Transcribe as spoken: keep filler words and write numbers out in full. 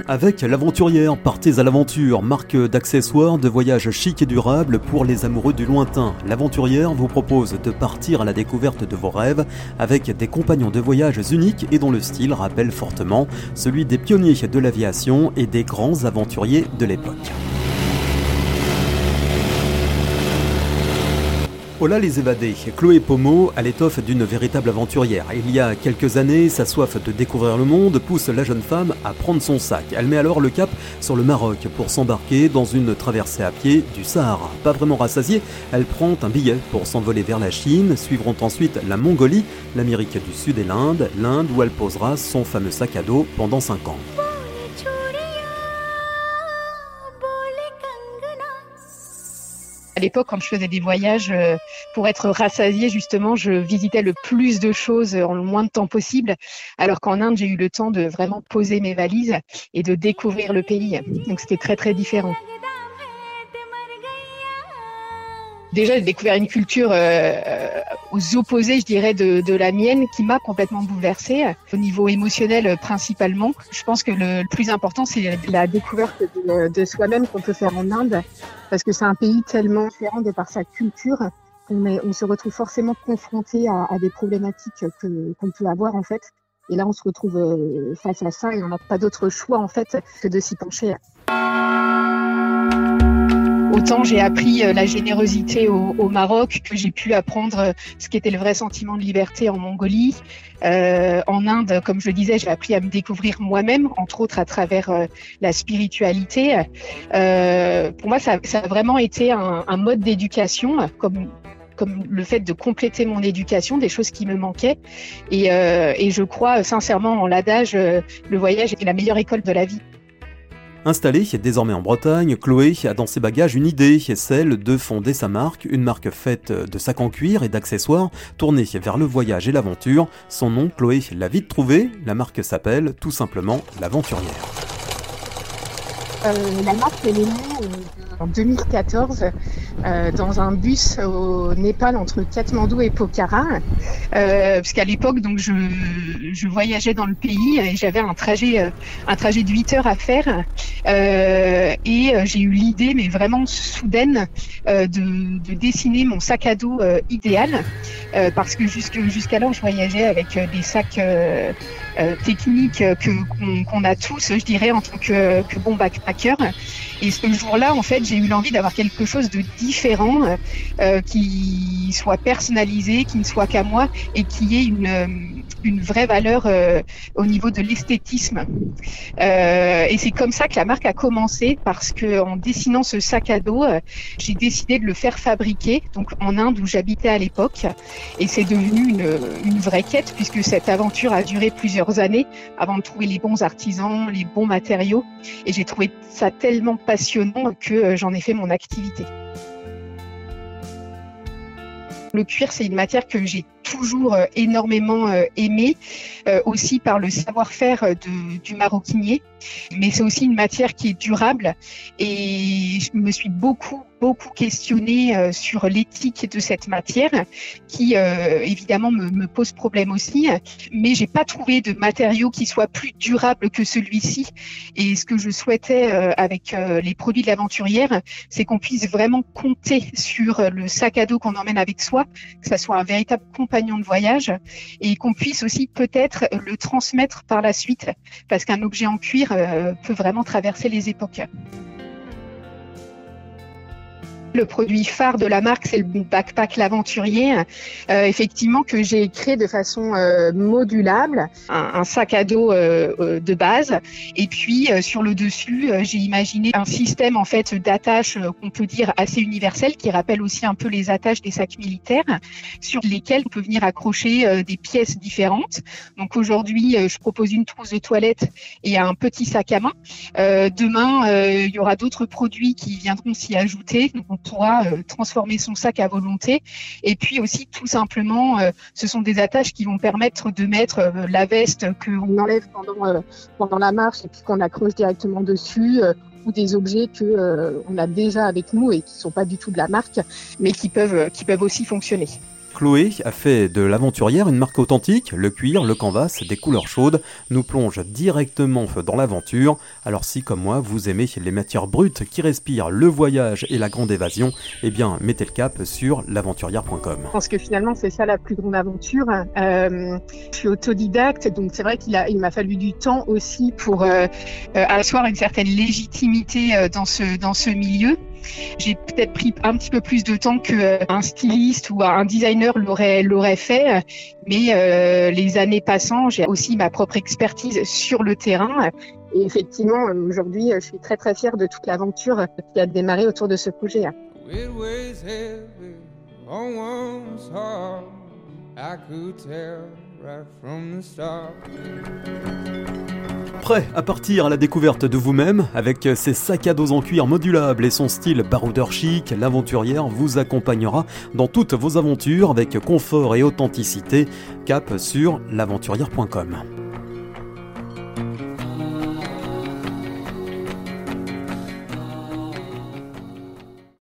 Avec l'Aventurière, partez à l'aventure, marque d'accessoires de voyage chic et durable pour les amoureux du lointain. L'Aventurière vous propose de partir à la découverte de vos rêves avec des compagnons de voyage uniques et dont le style rappelle fortement celui des pionniers de l'aviation et des grands aventuriers de l'époque. Hola les évadés, Chloé Pommeau a l'étoffe d'une véritable aventurière. Il y a quelques années, sa soif de découvrir le monde pousse la jeune femme à prendre son sac. Elle met alors le cap sur le Maroc pour s'embarquer dans une traversée à pied du Sahara. Pas vraiment rassasiée, elle prend un billet pour s'envoler vers la Chine. Suivront ensuite la Mongolie, l'Amérique du Sud et l'Inde, l'Inde où elle posera son fameux sac à dos pendant cinq ans. À l'époque, quand je faisais des voyages, pour être rassasiée, justement, je visitais le plus de choses en le moins de temps possible. Alors qu'en Inde, j'ai eu le temps de vraiment poser mes valises et de découvrir le pays. Donc c'était très très différent. Déjà, j'ai découvert une culture euh, aux opposés, je dirais, de, de la mienne, qui m'a complètement bouleversée. Au niveau émotionnel, principalement. Je pense que le, le plus important, c'est la découverte de, de soi-même qu'on peut faire en Inde, parce que c'est un pays tellement différent de par sa culture. On, est, on se retrouve forcément confronté à, à des problématiques que, qu'on peut avoir, en fait. Et là, on se retrouve euh, face à ça et on n'a pas d'autre choix, en fait, que de s'y pencher. Autant j'ai appris la générosité au, au Maroc, que j'ai pu apprendre ce qu'était le vrai sentiment de liberté en Mongolie. Euh, en Inde, comme je le disais, j'ai appris à me découvrir moi-même, entre autres à travers euh, la spiritualité. Euh, pour moi, ça, ça a vraiment été un, un mode d'éducation, comme comme le fait de compléter mon éducation, des choses qui me manquaient. Et, euh, et je crois sincèrement en l'adage, euh, le voyage est la meilleure école de la vie. Installée désormais en Bretagne, Chloé a dans ses bagages une idée, celle de fonder sa marque, une marque faite de sacs en cuir et d'accessoires, tournée vers le voyage et l'aventure. Son nom, Chloé l'a vite trouvé, la marque s'appelle tout simplement l'Aventurière. Euh, la marque elle est née euh, en deux mille quatorze euh, dans un bus au Népal entre Katmandou et Pokhara, euh, puisqu'à l'époque donc je, je voyageais dans le pays et j'avais un trajet euh, un trajet de huit heures à faire euh, et euh, j'ai eu l'idée mais vraiment soudaine euh, de, de dessiner mon sac à dos euh, idéal euh, parce que jusque jusqu'alors je voyageais avec euh, des sacs euh, euh, techniques que qu'on, qu'on a tous, je dirais, en tant que, que bon backpacker. Et ce jour-là, en fait, j'ai eu l'envie d'avoir quelque chose de différent, euh, qui soit personnalisé, qui ne soit qu'à moi et qui ait une, une vraie valeur euh, au niveau de l'esthétisme. Euh, et c'est comme ça que la marque a commencé, parce que en dessinant ce sac à dos, euh, j'ai décidé de le faire fabriquer, donc en Inde où j'habitais à l'époque. Et c'est devenu une, une vraie quête, puisque cette aventure a duré plusieurs années avant de trouver les bons artisans, les bons matériaux. Et j'ai trouvé ça tellement passionnant que j'en ai fait mon activité. Le cuir, c'est une matière que j'ai toujours euh, énormément euh, aimée, euh, aussi par le savoir-faire de, du maroquinier. Mais c'est aussi une matière qui est durable et je me suis beaucoup, beaucoup questionnée euh, sur l'éthique de cette matière qui, euh, évidemment, me, me pose problème aussi. Mais j'ai pas trouvé de matériau qui soit plus durable que celui-ci. Et ce que je souhaitais euh, avec euh, les produits de l'Aventurière, c'est qu'on puisse vraiment compter sur le sac à dos qu'on emmène avec soi, que ça soit un véritable compagnon de voyage et qu'on puisse aussi peut-être le transmettre par la suite, parce qu'un objet en cuir euh, peut vraiment traverser les époques. Le produit phare de la marque, c'est le backpack l'Aventurier, euh, effectivement que j'ai créé de façon euh, modulable, un, un sac à dos euh, euh, de base, et puis euh, sur le dessus, euh, j'ai imaginé un système en fait d'attache euh, qu'on peut dire assez universel, qui rappelle aussi un peu les attaches des sacs militaires, sur lesquels on peut venir accrocher euh, des pièces différentes. Donc aujourd'hui, euh, je propose une trousse de toilette et un petit sac à main. Euh, demain, euh, il y aura d'autres produits qui viendront s'y ajouter. Donc, on pourra euh, transformer son sac à volonté. Et puis aussi, tout simplement, euh, ce sont des attaches qui vont permettre de mettre euh, la veste qu'on enlève pendant, euh, pendant la marche et puis qu'on accroche directement dessus, euh, ou des objets que euh, on a déjà avec nous et qui sont pas du tout de la marque, mais qui peuvent, qui peuvent aussi fonctionner. Chloé a fait de l'aventurière une marque authentique, le cuir, le canvas, des couleurs chaudes, nous plonge directement dans l'aventure. Alors si comme moi vous aimez les matières brutes qui respirent le voyage et la grande évasion, eh bien mettez le cap sur l'aventurière point com. Je pense que finalement c'est ça la plus grande aventure. Euh, je suis autodidacte, donc c'est vrai qu'il a, il m'a fallu du temps aussi pour euh, euh, asseoir une certaine légitimité euh, dans ce dans ce milieu. J'ai peut-être pris un petit peu plus de temps qu'un styliste ou un designer l'aurait, l'aurait fait, mais euh, les années passant, j'ai aussi ma propre expertise sur le terrain. Et effectivement, aujourd'hui, je suis très très fière de toute l'aventure qui a démarré autour de ce projet. Prêt à partir à la découverte de vous-même, avec ses sacs à dos en cuir modulables et son style baroudeur chic, l'aventurière vous accompagnera dans toutes vos aventures avec confort et authenticité. Cap sur l'aventurière point com.